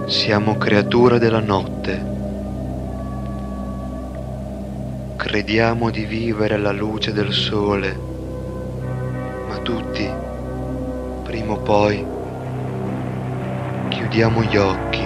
Siamo creature della notte. Crediamo di vivere alla luce del sole, ma tutti, prima o poi, chiudiamo gli occhi.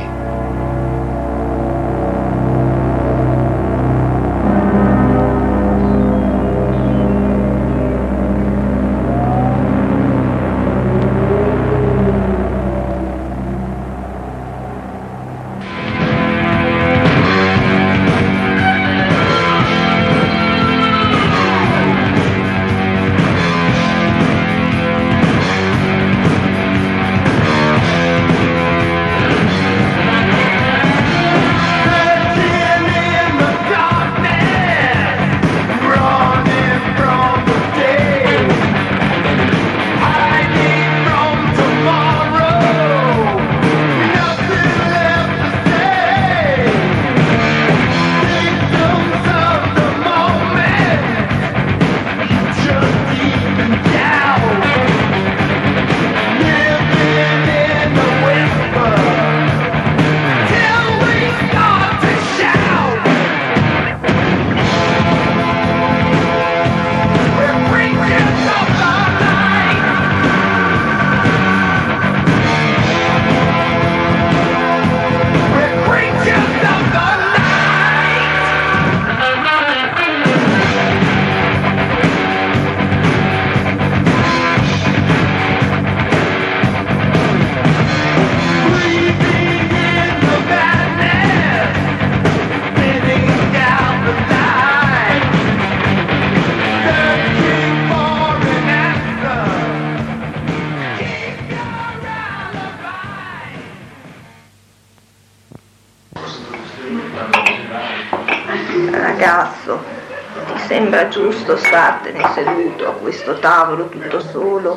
Ragazzo, ti sembra giusto startene seduto a questo tavolo tutto solo?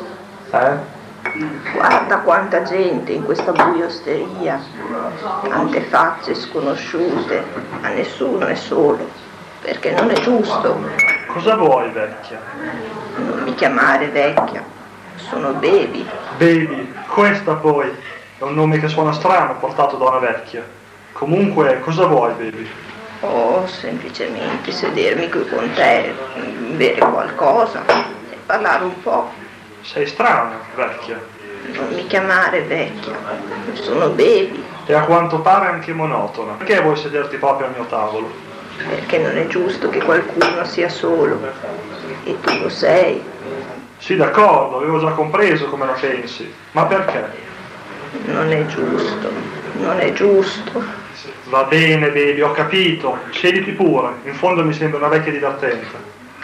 Guarda quanta gente in questa buia osteria, tante facce sconosciute, ma nessuno è solo, perché non è giusto. Cosa vuoi, vecchia? Non mi chiamare vecchia, sono Baby. Baby, questa poi è un nome che suona strano portato da una vecchia. Comunque, cosa vuoi, Baby? Oh, semplicemente sedermi qui con te, bere qualcosa e parlare un po'. Sei strana, vecchia. Non mi chiamare vecchia, sono Baby. E a quanto pare anche monotona. Perché vuoi sederti proprio al mio tavolo? Perché non è giusto che qualcuno sia solo. E tu lo sei. Sì, d'accordo, avevo già compreso come la pensi. Ma perché? Non è giusto, non è giusto. Va bene, Baby, ho capito. Siediti pure. In fondo mi sembra una vecchia divertente.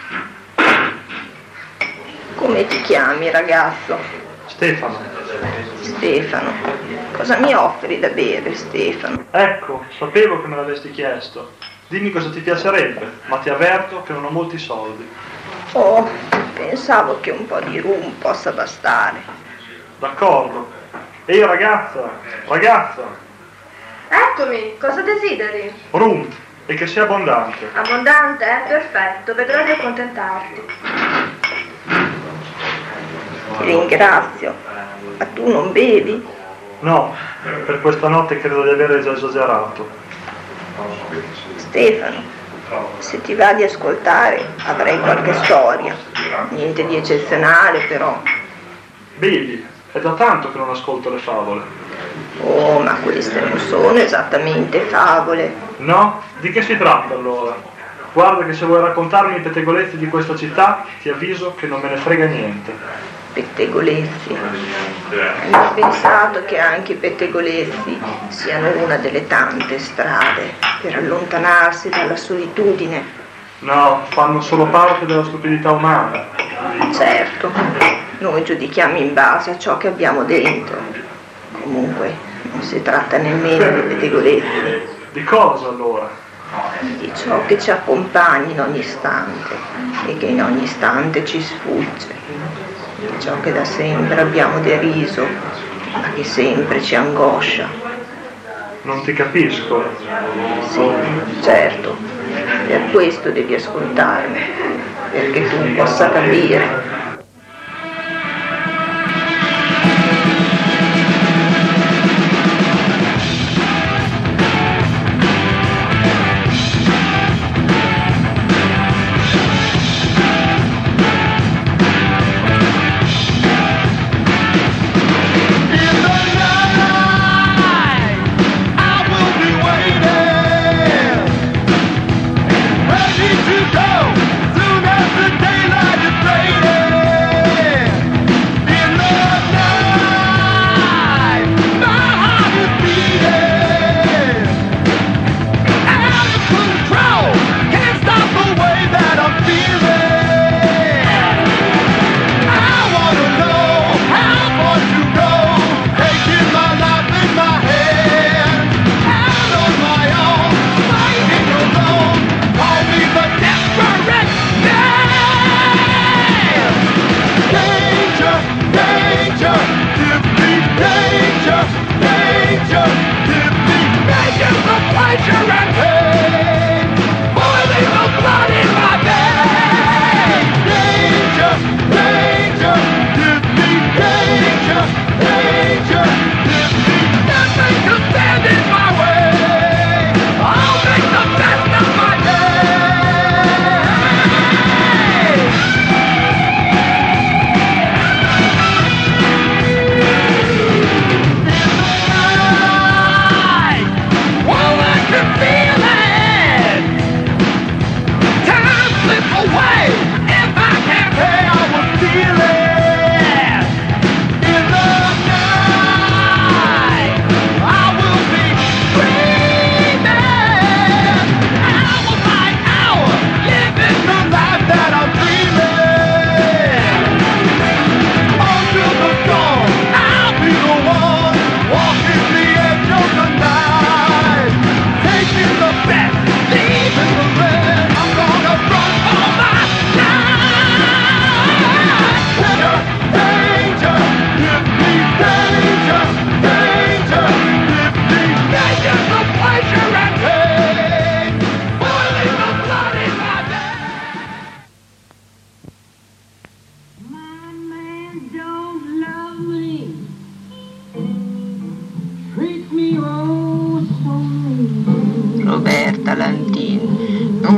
Come ti chiami, ragazzo? Stefano. Stefano. Cosa mi offri da bere, Stefano? Ecco, sapevo che me l'avresti chiesto. Dimmi cosa ti piacerebbe, ma ti avverto che non ho molti soldi. Oh, pensavo che un po' di rum possa bastare. D'accordo. Ehi, ragazza, ragazza. Eccomi, cosa desideri? Rum, e che sia abbondante. Abbondante? Perfetto, vedrò di accontentarti. Ti ringrazio. Ma tu non bevi? No, per questa notte credo di avere già esagerato. Stefano, se ti va di ascoltare avrei qualche storia. Niente di eccezionale però. Baby, è da tanto che non ascolto le favole. Oh, ma queste non sono esattamente favole. No? Di che si tratta allora? Guarda che se vuoi raccontarmi i pettegolezzi di questa città, ti avviso che non me ne frega niente. Pettegolezzi. Hai pensato che anche i pettegolezzi siano una delle tante strade per allontanarsi dalla solitudine? No, fanno solo parte della stupidità umana. Certo, noi giudichiamo in base a ciò che abbiamo dentro. Comunque, non si tratta nemmeno di pettegolezzi. Di cosa allora? Di ciò che ci accompagna in ogni istante e che in ogni istante ci sfugge. Di ciò che da sempre abbiamo deriso, ma che sempre ci angoscia. Non ti capisco. Sì, certo. Per questo devi ascoltarmi, perché tu possa capire.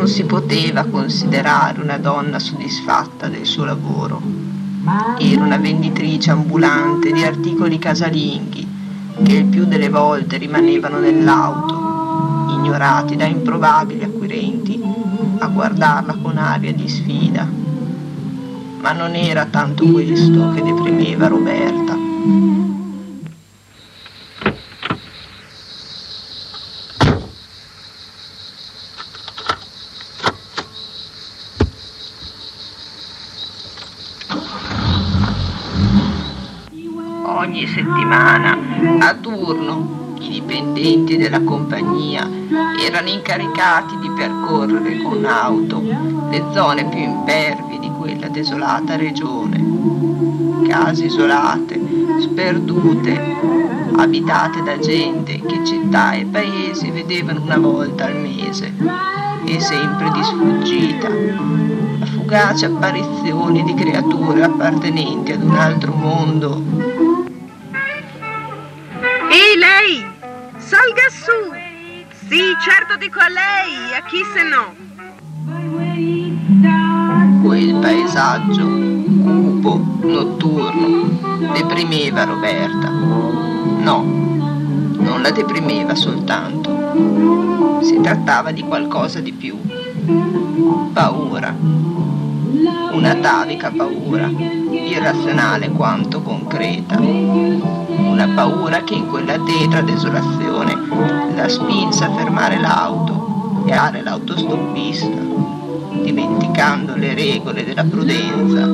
non si poteva considerare una donna soddisfatta del suo lavoro. Era una venditrice ambulante di articoli casalinghi che il più delle volte rimanevano nell'auto, ignorati da improbabili acquirenti, a guardarla con aria di sfida. Ma non era tanto questo che deprimeva Roberta. Ogni settimana, a turno, i dipendenti della compagnia erano incaricati di percorrere con auto le zone più impervie di quella desolata regione. Case isolate, sperdute, abitate da gente che città e paesi vedevano una volta al mese, e sempre di sfuggita. La fugace apparizione di creature appartenenti ad un altro mondo. Ehi, lei! Salga su! Sì, certo, dico a lei, a chi se no? Quel paesaggio cupo, notturno, deprimeva Roberta. No, non la deprimeva soltanto. Si trattava di qualcosa di più. Paura. Una atavica paura, irrazionale quanto concreta. Una paura che in quella tetra desolazione la spinse a fermare l'auto e a fare l'autostoppista, dimenticando le regole della prudenza.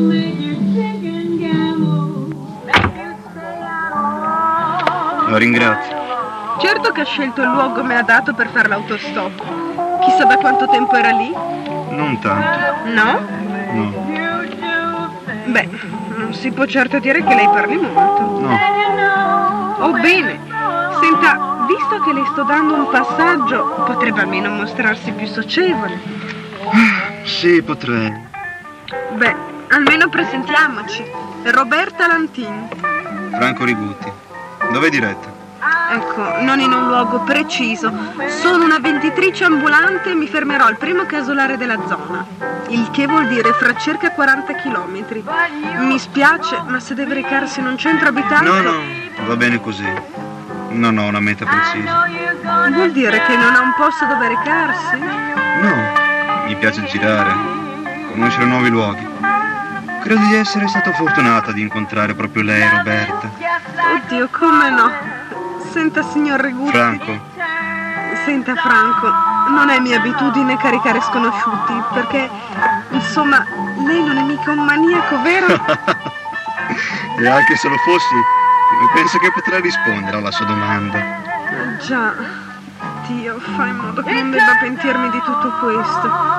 La ringrazio. Certo che ha scelto il luogo me l'ha dato per fare l'autostop. Chissà da quanto tempo era lì? Non tanto. No? No. Beh, non si può certo dire che lei parli molto. No. Oh, bene. Senta, visto che le sto dando un passaggio, potrebbe almeno mostrarsi più socievole. Sì, potrei. Beh, almeno presentiamoci. Roberta Lantin. Franco Rigutti. Dove è diretta? Ecco, non in un luogo preciso. Sono una venditrice ambulante e mi fermerò al primo casolare della zona. Il che vuol dire fra circa 40 chilometri. Mi spiace, ma se deve recarsi in un centro abitato... No, va bene così. Non ho una meta precisa. Vuol dire che non ha un posto dove recarsi? No, mi piace girare, conoscere nuovi luoghi. Credo di essere stato fortunata di incontrare proprio lei, Roberta. Oddio, come no? Senta, signor Rigutti. Franco. Senta, Franco, non è mia abitudine caricare sconosciuti, perché, insomma, lei non è mica un maniaco, vero? E anche se lo fossi, penso che potrei rispondere alla sua domanda. Già, Dio, fai in modo che non debba pentirmi di tutto questo.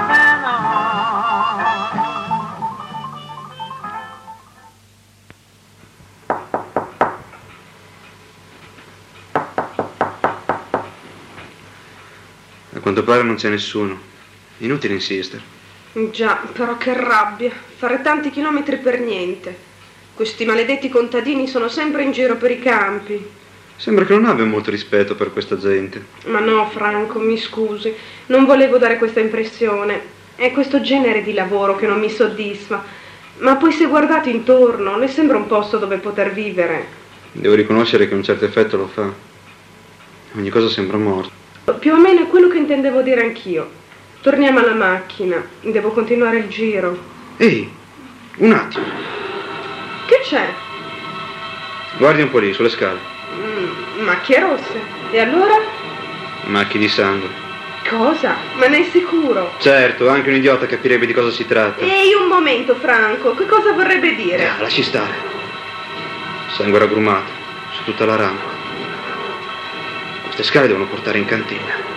A quanto pare non c'è nessuno. Inutile insistere. Già, però che rabbia. Fare tanti chilometri per niente. Questi maledetti contadini sono sempre in giro per i campi. Sembra che non abbia molto rispetto per questa gente. Ma no, Franco, mi scusi. Non volevo dare questa impressione. È questo genere di lavoro che non mi soddisfa. Ma poi se guardate intorno, le sembra un posto dove poter vivere. Devo riconoscere che un certo effetto lo fa. Ogni cosa sembra morta. Più o meno è quello che intendevo dire anch'io. Torniamo alla macchina. Devo continuare il giro. Ehi, un attimo. Che c'è? Guardi un po' lì, sulle scale. Macchie rosse. E allora? Macchie di sangue. Cosa? Ma ne è sicuro? Certo, anche un idiota capirebbe di cosa si tratta. Ehi, un momento, Franco. Che cosa vorrebbe dire? Lasci stare. Sangue raggrumato su tutta la rampa. Queste scale devono portare in cantina.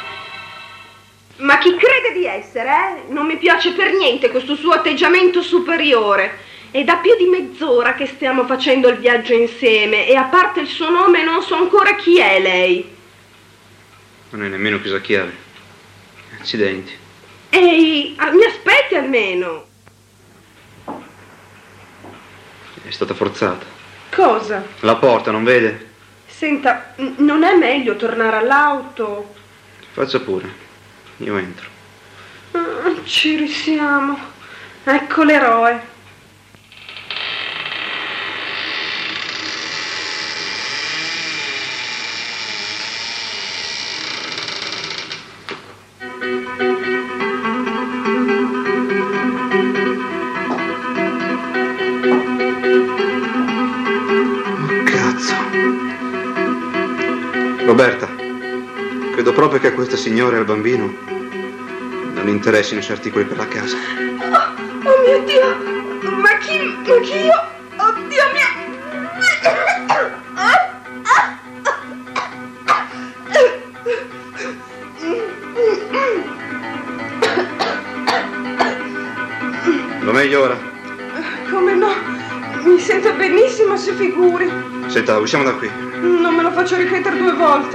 Ma chi crede di essere, eh? Non mi piace per niente questo suo atteggiamento superiore. È da più di mezz'ora che stiamo facendo il viaggio insieme e a parte il suo nome non so ancora chi è lei. Non è nemmeno chiusa a chiave. Accidenti. Ehi, mi aspetti almeno. È stata forzata. Cosa? La porta, non vede? Senta, non è meglio tornare all'auto? Faccia pure. Io entro. Ci risiamo. Ecco l'eroe. Roberta, credo proprio che a questa signora e al bambino non interessino certi articoli per la casa. Oh mio Dio! Ma chi io? Oddio mio! Lo meglio ora? Come no? Mi sento benissimo, si figuri. Senta, usciamo da qui. Non me lo faccio ripetere 2 volte.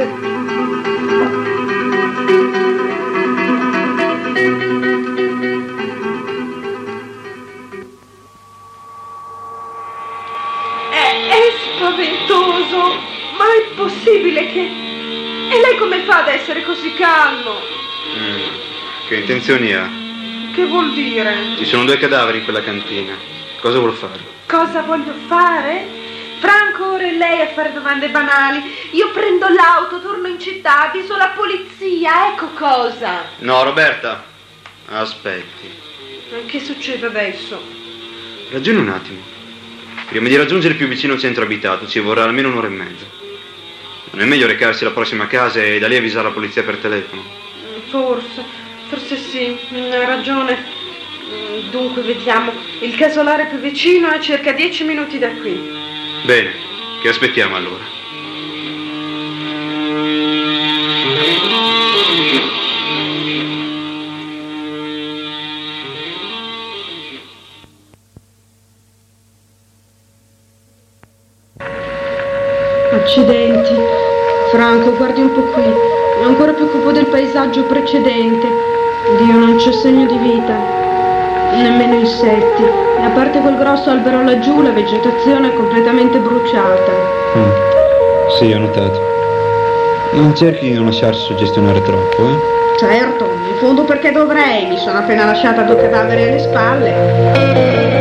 È spaventoso, ma è possibile che... E lei come fa ad essere così calmo? Che intenzioni ha? Che vuol dire? Ci sono 2 cadaveri in quella cantina. Cosa vuol fare? Cosa voglio fare? Franco, ora è lei a fare domande banali. Io prendo l'auto, torno in città, avviso la polizia, ecco cosa. No, Roberta, aspetti. Che succede adesso? Ragioni un attimo. Prima di raggiungere il più vicino centro abitato ci vorrà almeno 1 ora e mezza. Non è meglio recarsi alla prossima casa e da lì avvisare la polizia per telefono? Forse sì, hai ragione. Dunque, vediamo. Il casolare più vicino è a circa 10 minuti da qui. Bene, che aspettiamo allora? Accidenti. Franco, guardi un po' qui. È ancora più cupo del paesaggio precedente. Dio, non c'è segno di vita. Nemmeno insetti. E a parte quel grosso albero laggiù, la vegetazione è completamente bruciata. Sì, ho notato. Non cerchi di non lasciarsi suggestionare troppo, eh? Certo, in fondo perché dovrei? Mi sono appena lasciata 2 cadaveri alle spalle.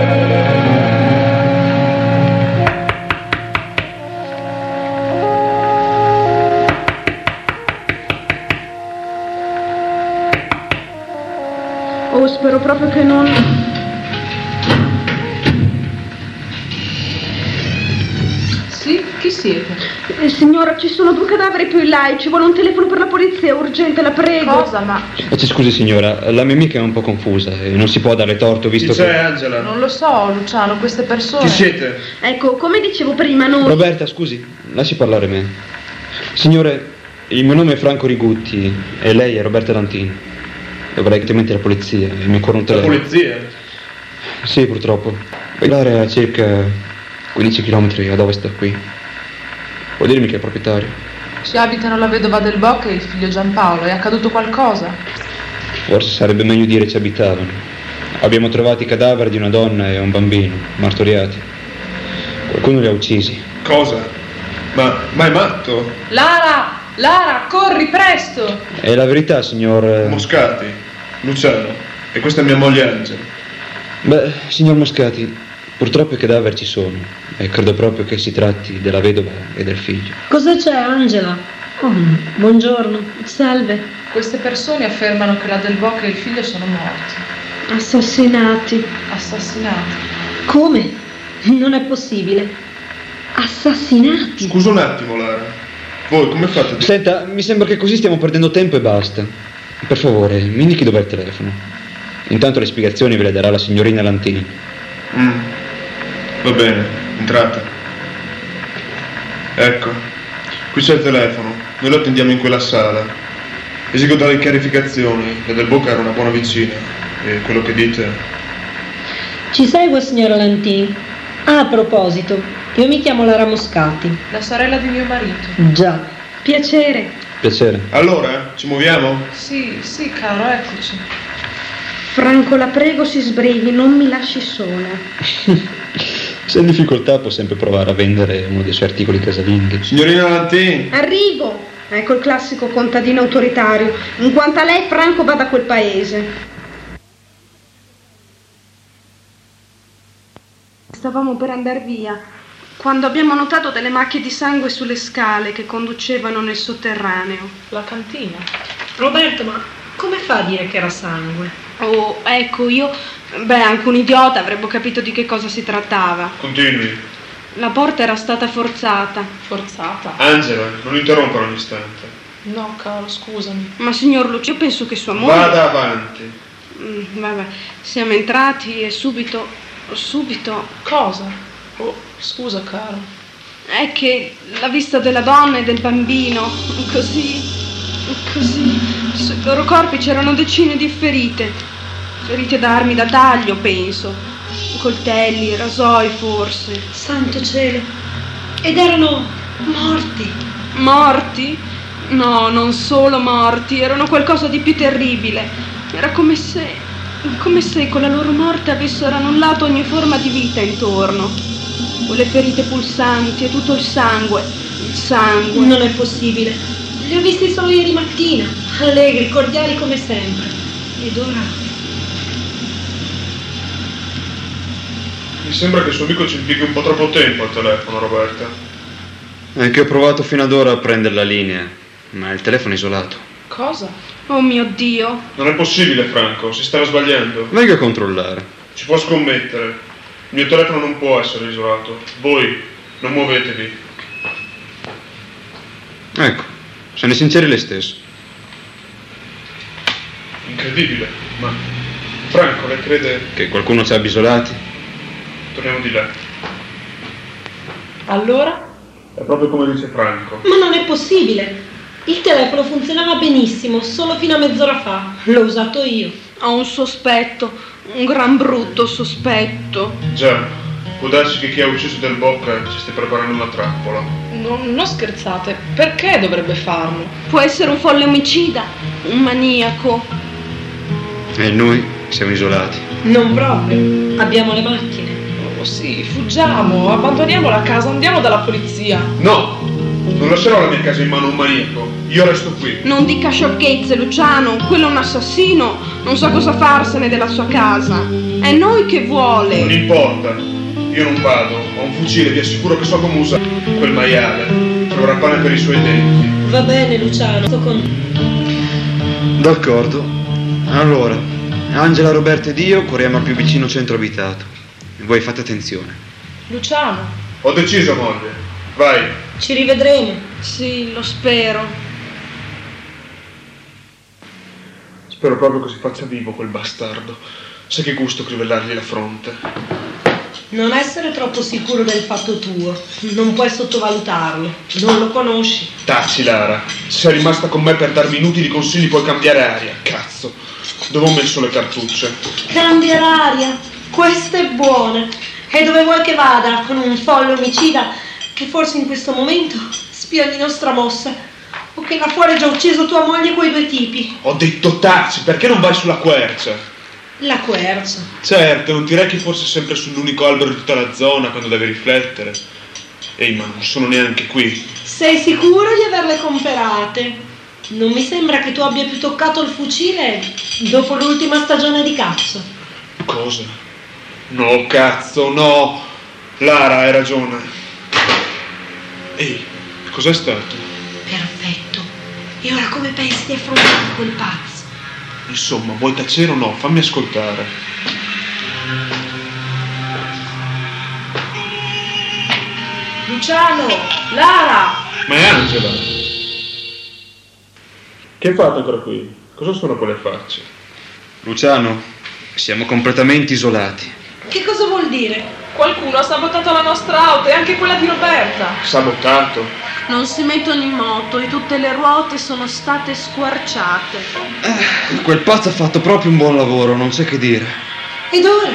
Oh, spero proprio che non... Sì? Chi siete? Signora, ci sono 2 cadaveri più in là e ci vuole un telefono per la polizia, urgente, la prego. Cosa? Ma... Scusi signora, la mia amica è un po' confusa e non si può dare torto visto Chi c'è, che... Angela? Non lo so, Luciano, queste persone... Chi siete? Ecco, come dicevo prima, noi... Roberta, scusi, lasci parlare me. Signore, il mio nome è Franco Rigutti e lei è Roberta Lantin. Dovrei che ti metti la polizia, il mio cuore non te La la... polizia? Sì, purtroppo. L'area è a circa 15 km ad ovest da qui. Può dirmi che è il proprietario? Ci abitano la vedova del Boc e il figlio Giampaolo. È accaduto qualcosa? Forse sarebbe meglio dire ci abitavano. Abbiamo trovato i cadaveri di una donna e un bambino, martoriati. Qualcuno li ha uccisi. Cosa? Ma è matto? Lara, corri, presto! È la verità, signor... Moscati, Luciano, e questa è mia moglie Angela. Beh, signor Moscati, purtroppo i cadaveri ci sono e credo proprio che si tratti della vedova e del figlio. Cosa c'è, Angela? Oh, buongiorno, salve. Queste persone affermano che la del Boc e il figlio sono morti. Assassinati. Assassinati. Come? Non è possibile. Assassinati? Scusa un attimo, Lara. Voi come fate? Senta, mi sembra che così stiamo perdendo tempo e basta. Per favore, mi indichi dov'è il telefono. Intanto le spiegazioni ve le darà la signorina Lantini. Va bene, entrate. Ecco, qui c'è il telefono. Noi lo attendiamo in quella sala. Esigo delle chiarificazioni. La del Boc era una buona vicina. E quello che dite... Ci segue, signora Lantini? Ah, a proposito, io mi chiamo Lara Moscati. La sorella di mio marito. Già. Piacere. Piacere. Allora, ci muoviamo? Sì, caro, eccoci. Franco, la prego, si sbrighi, non mi lasci sola. Se è in difficoltà può sempre provare a vendere uno dei suoi articoli casalinghi. Signorina Lantini! Arrivo! Ecco il classico contadino autoritario. In quanto a lei, Franco va da quel paese. stavamo per andar via, quando abbiamo notato delle macchie di sangue sulle scale che conducevano nel sotterraneo. La cantina. Roberto, ma come fa a dire che era sangue? Oh, ecco, anche un idiota avrebbe capito di che cosa si trattava. Continui. La porta era stata forzata. Forzata? Angela, non interrompere ogni istante. No, caro, scusami. Ma signor Lucio, io penso che sua moglie... Vada avanti. Vabbè, siamo entrati e subito... Cosa? Oh, scusa, caro. È che la vista della donna e del bambino, così... Sui loro corpi c'erano decine di ferite da armi da taglio, penso. Coltelli, rasoi, forse. Santo cielo! Ed erano morti. Morti? No, non solo morti, erano qualcosa di più terribile. Era come se con la loro morte avessero annullato ogni forma di vita intorno. Quelle ferite pulsanti e tutto il sangue. Non è possibile. Li ho visti solo ieri mattina, allegri, cordiali come sempre. Ed ora... Mi sembra che il suo amico ci impieghi un po' troppo tempo al telefono, Roberta. Anche ho provato fino ad ora a prendere la linea, ma il telefono è isolato. Cosa? Oh mio Dio! Non è possibile, Franco, si stava sbagliando. Venga a controllare. Ci può scommettere. Il mio telefono non può essere isolato. Voi, non muovetevi. Ecco, se ne sinceri lei stesso. Incredibile, ma... Franco, lei crede... Che qualcuno ci abbia isolati? Torniamo di là. Allora? È proprio come dice Franco. Ma non è possibile! Il telefono funzionava benissimo, solo fino a mezz'ora fa. L'ho usato io. Ho un sospetto, un gran brutto sospetto. Già, può darsi che chi ha ucciso Del Bocca ci stia preparando una trappola. Non scherzate, perché dovrebbe farlo? Può essere un folle omicida, un maniaco. E noi siamo isolati. Non proprio. Abbiamo le macchine. Oh sì, fuggiamo, abbandoniamo la casa, andiamo dalla polizia. No! Non lascerò la mia casa in mano a un maniaco. Io resto qui. Non dica sciocchezze, Luciano. Quello è un assassino. Non sa cosa farsene della sua casa. È noi che vuole. Non importa. Io non vado. Ho un fucile, vi assicuro che so come usa quel maiale. Troverà pane per i suoi denti. Va bene, Luciano. Sto con... D'accordo. Allora, Angela, Roberta ed io corriamo al più vicino centro abitato. Voi fate attenzione. Luciano. Ho deciso, moglie. Vai. Ci rivedremo. Sì, lo spero. Spero proprio che si faccia vivo quel bastardo. Sai che gusto crivellargli la fronte. Non essere troppo sicuro del fatto tuo. Non puoi sottovalutarlo. Non lo conosci. Taci, Lara. Se sei rimasta con me per darmi inutili consigli puoi cambiare aria. Cazzo. Dove ho messo le cartucce? Cambiare aria. Questa è buona. E dove vuoi che vada con un folle omicida che forse in questo momento spia ogni nostra mossa, o che là fuori ha già ucciso tua moglie e quei due tipi? Ho detto taci, perché non vai sulla quercia? La quercia? Certo, non ti rechi forse sempre sull'unico albero di tutta la zona quando devi riflettere? Ehi, ma non sono neanche qui. Sei sicuro di averle comperate? Non mi sembra che tu abbia più toccato il fucile dopo l'ultima stagione di cazzo. Cosa? No, cazzo, no! Lara, hai ragione. Ehi, cos'è stato? Perfetto. E ora come pensi di affrontare quel pazzo? Insomma, vuoi tacere o no? Fammi ascoltare. Luciano! Lara! Ma è Angela! Che fate ancora qui? Cosa sono quelle facce? Luciano, siamo completamente isolati. Che cosa vuol dire? Qualcuno ha sabotato la nostra auto e anche quella di Roberta. Sabotato? Non si mettono in moto e tutte le ruote sono state squarciate. Quel pazzo ha fatto proprio un buon lavoro, non c'è che dire. Ed ora?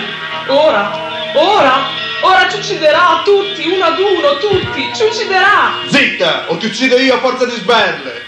Ora ci ucciderà tutti, uno ad uno, tutti, ci ucciderà! Zitta! O ti uccido io a forza di sberle!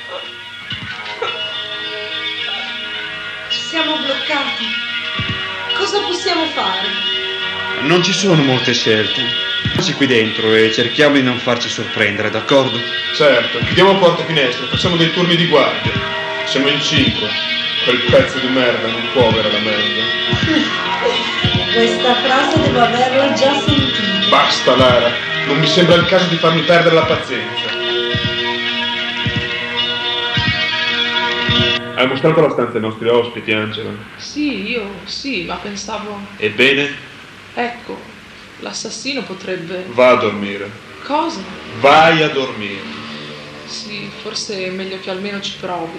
Siamo bloccati. Cosa possiamo fare? Non ci sono molte scelte. Stiamoci qui dentro e cerchiamo di non farci sorprendere, d'accordo? Certo, chiudiamo porte e finestre, facciamo dei turni di guardia. Siamo in 5. Quel pezzo di merda non può avere la merda. Questa frase devo averla già sentita. Basta, Lara, non mi sembra il caso di farmi perdere la pazienza. Hai mostrato la stanza ai nostri ospiti, Angela? Sì, ma pensavo... Ebbene? Ecco, l'assassino potrebbe... Va a dormire. Cosa? Vai a dormire. Sì, forse è meglio che almeno ci provi.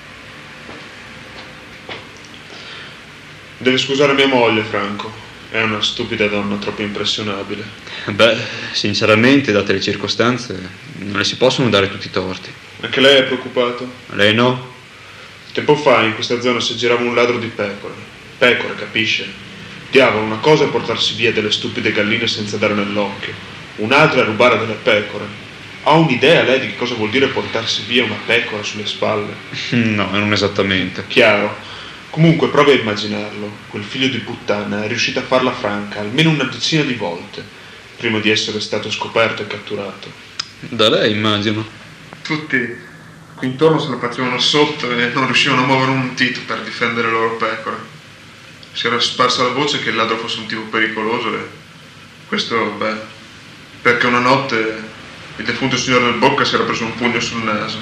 Devi scusare mia moglie, Franco. È una stupida donna troppo impressionabile. Beh, sinceramente, date le circostanze, non le si possono dare tutti i torti. Anche lei è preoccupato? Lei no? Tempo fa in questa zona si girava un ladro di pecore. Pecore, capisce? Diavolo, una cosa è portarsi via delle stupide galline senza dare nell'occhio. Un'altra è rubare delle pecore. Ha un'idea lei di che cosa vuol dire portarsi via una pecora sulle spalle? No, non esattamente. Chiaro. Comunque provi a immaginarlo. Quel figlio di puttana è riuscito a farla franca almeno una decina di volte prima di essere stato scoperto e catturato. Da lei, immagino. Tutti qui intorno se lo facevano sotto e non riuscivano a muovere un dito per difendere le loro pecore. Si era sparsa la voce che il ladro fosse un tipo pericoloso e questo, perché una notte il defunto signor del Bocca si era preso un pugno sul naso.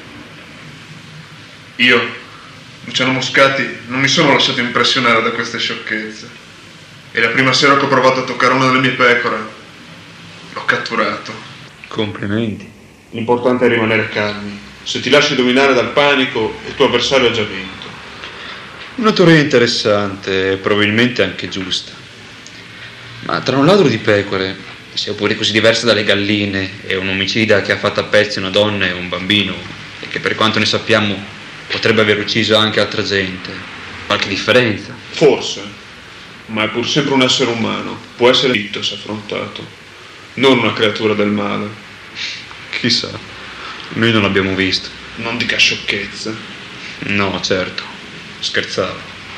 Io, Luciano Moscati, non mi sono lasciato impressionare da queste sciocchezze e la prima sera che ho provato a toccare una delle mie pecore l'ho catturato. Complimenti. L'importante è rimanere calmi. Se ti lasci dominare dal panico, il tuo avversario ha già vinto. Una teoria interessante e probabilmente anche giusta. Ma tra un ladro di pecore, sia pure così diversa dalle galline, e un omicida che ha fatto a pezzi una donna e un bambino, e che per quanto ne sappiamo potrebbe aver ucciso anche altra gente, qualche differenza? Forse, ma è pur sempre un essere umano. Può essere ditto se affrontato, non una creatura del male. Chissà. Noi non l'abbiamo visto. Non dica sciocchezze. No, certo. Scherzavo.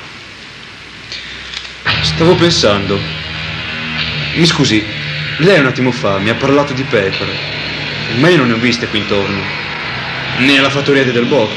Stavo pensando. Mi scusi, lei un attimo fa mi ha parlato di pecore, ma io non ne ho viste qui intorno. Né alla fattoria di Del Boca.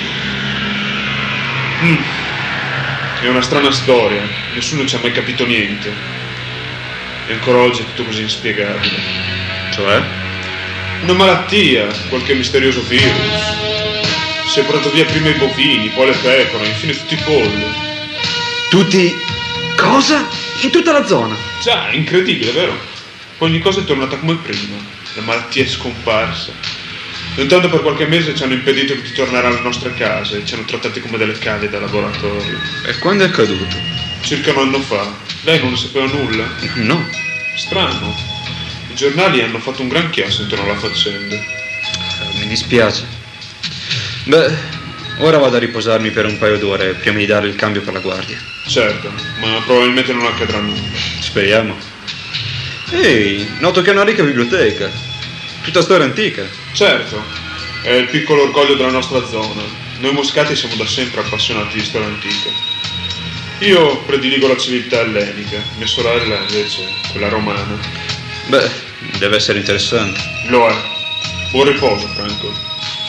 È una strana storia. Nessuno ci ha mai capito niente. E ancora oggi è tutto così inspiegabile. Cioè? Una malattia, qualche misterioso virus. Si è portato via prima i bovini, poi le pecore, infine tutti i polli. Tutti... cosa? In tutta la zona? Già, incredibile, vero? Poi ogni cosa è tornata come prima. La malattia è scomparsa. Intanto per qualche mese ci hanno impedito di tornare alle nostre case e ci hanno trattati come delle cavie da laboratorio. E quando è accaduto? Circa un anno fa. Lei non ne sapeva nulla? No. Strano. I giornali hanno fatto un gran chiasso intorno alla faccenda. Mi dispiace. Beh, ora vado a riposarmi per un paio d'ore prima di dare il cambio per la guardia. Certo, ma probabilmente non accadrà nulla. Speriamo. Ehi, noto che è una ricca biblioteca. Tutta storia antica. Certo, è il piccolo orgoglio della nostra zona. Noi Moscati siamo da sempre appassionati di storia antica. Io prediligo la civiltà ellenica, mia sorella invece quella romana. Beh, deve essere interessante. Lo è. Buon riposo, Franco.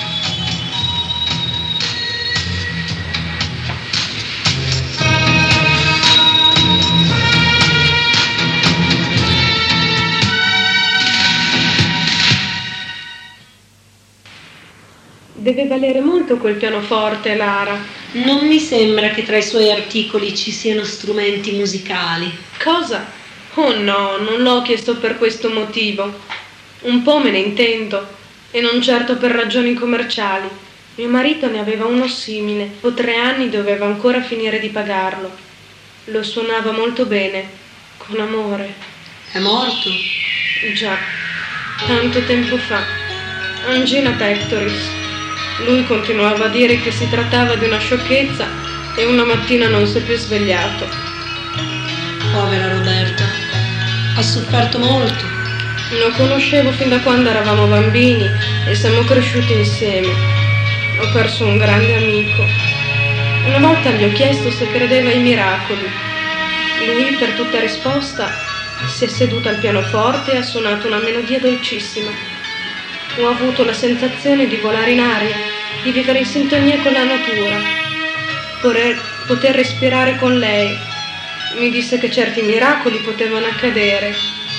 Deve valere molto quel pianoforte, Lara. Non mi sembra che tra i suoi articoli ci siano strumenti musicali. Cosa? Oh no, non l'ho chiesto per questo motivo. Un po' me ne intendo, e non certo per ragioni commerciali. Mio marito ne aveva uno simile. Dopo 3 anni doveva ancora finire di pagarlo. Lo suonava molto bene, con amore. È morto? Già, tanto tempo fa. Angina pectoris. Lui continuava a dire che si trattava di una sciocchezza e una mattina non si è più svegliato. Povera Roberta, ha sofferto molto. Lo conoscevo fin da quando eravamo bambini e siamo cresciuti insieme. Ho perso un grande amico. Una volta gli ho chiesto se credeva ai miracoli. Lui, per tutta risposta, si è seduto al pianoforte e ha suonato una melodia dolcissima. Ho avuto la sensazione di volare in aria, di vivere in sintonia con la natura, poter respirare con lei. Mi disse che certi miracoli potevano accadere.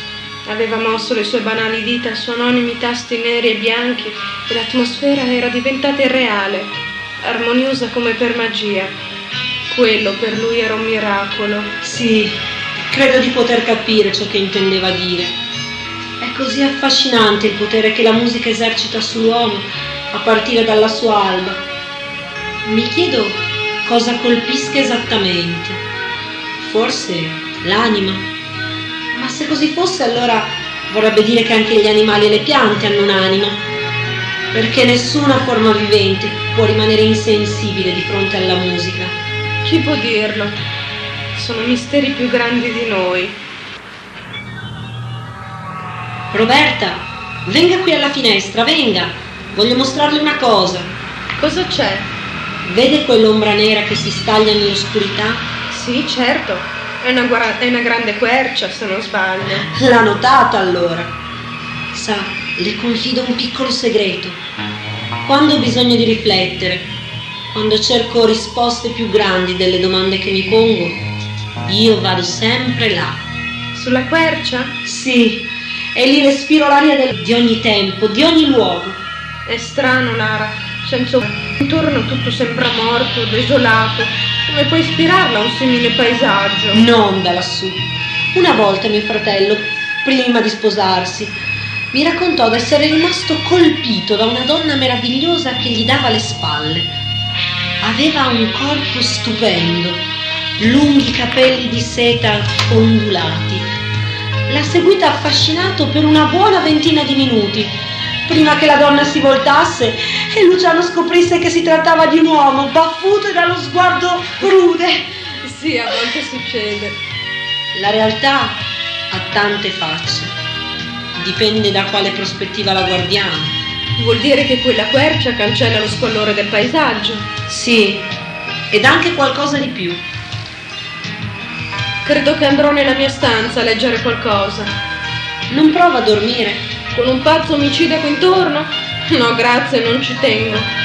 Aveva mosso le sue banali dita su anonimi tasti neri e bianchi e l'atmosfera era diventata irreale, armoniosa come per magia. Quello per lui era un miracolo. Sì, credo di poter capire ciò che intendeva dire. È così affascinante il potere che la musica esercita sull'uomo a partire dalla sua alba. Mi chiedo cosa colpisca esattamente. Forse l'anima. Ma se così fosse, allora vorrebbe dire che anche gli animali e le piante hanno un'anima, perché nessuna forma vivente può rimanere insensibile di fronte alla musica. Chi può dirlo? Sono misteri più grandi di noi. Roberta, venga qui alla finestra, venga. Voglio mostrarle una cosa. Cosa c'è? Vede quell'ombra nera che si staglia nell'oscurità? Sì, certo. È una grande quercia, se non sbaglio. L'ha notata allora. Sa, le confido un piccolo segreto. Quando ho bisogno di riflettere, quando cerco risposte più grandi delle domande che mi pongo, io vado sempre là. Sulla quercia? Sì, e lì respiro l'aria di ogni tempo, di ogni luogo. È strano, Lara. Senza intorno tutto sembra morto, desolato. Come puoi ispirarla a un simile paesaggio? Non da lassù. Una volta mio fratello, prima di sposarsi, mi raccontò d'essere rimasto colpito da una donna meravigliosa che gli dava le spalle. Aveva un corpo stupendo, lunghi capelli di seta ondulati. L'ha seguita affascinato per una buona ventina di minuti, prima che la donna si voltasse e Luciano scoprisse che si trattava di un uomo baffuto e dallo sguardo rude. Sì, a volte succede. La realtà ha tante facce. Dipende da quale prospettiva la guardiamo. Vuol dire che quella quercia cancella lo squallore del paesaggio? Sì, ed anche qualcosa di più. Credo che andrò nella mia stanza a leggere qualcosa. Non prova a dormire? Con un pazzo omicida qui intorno? No, grazie, non ci tengo.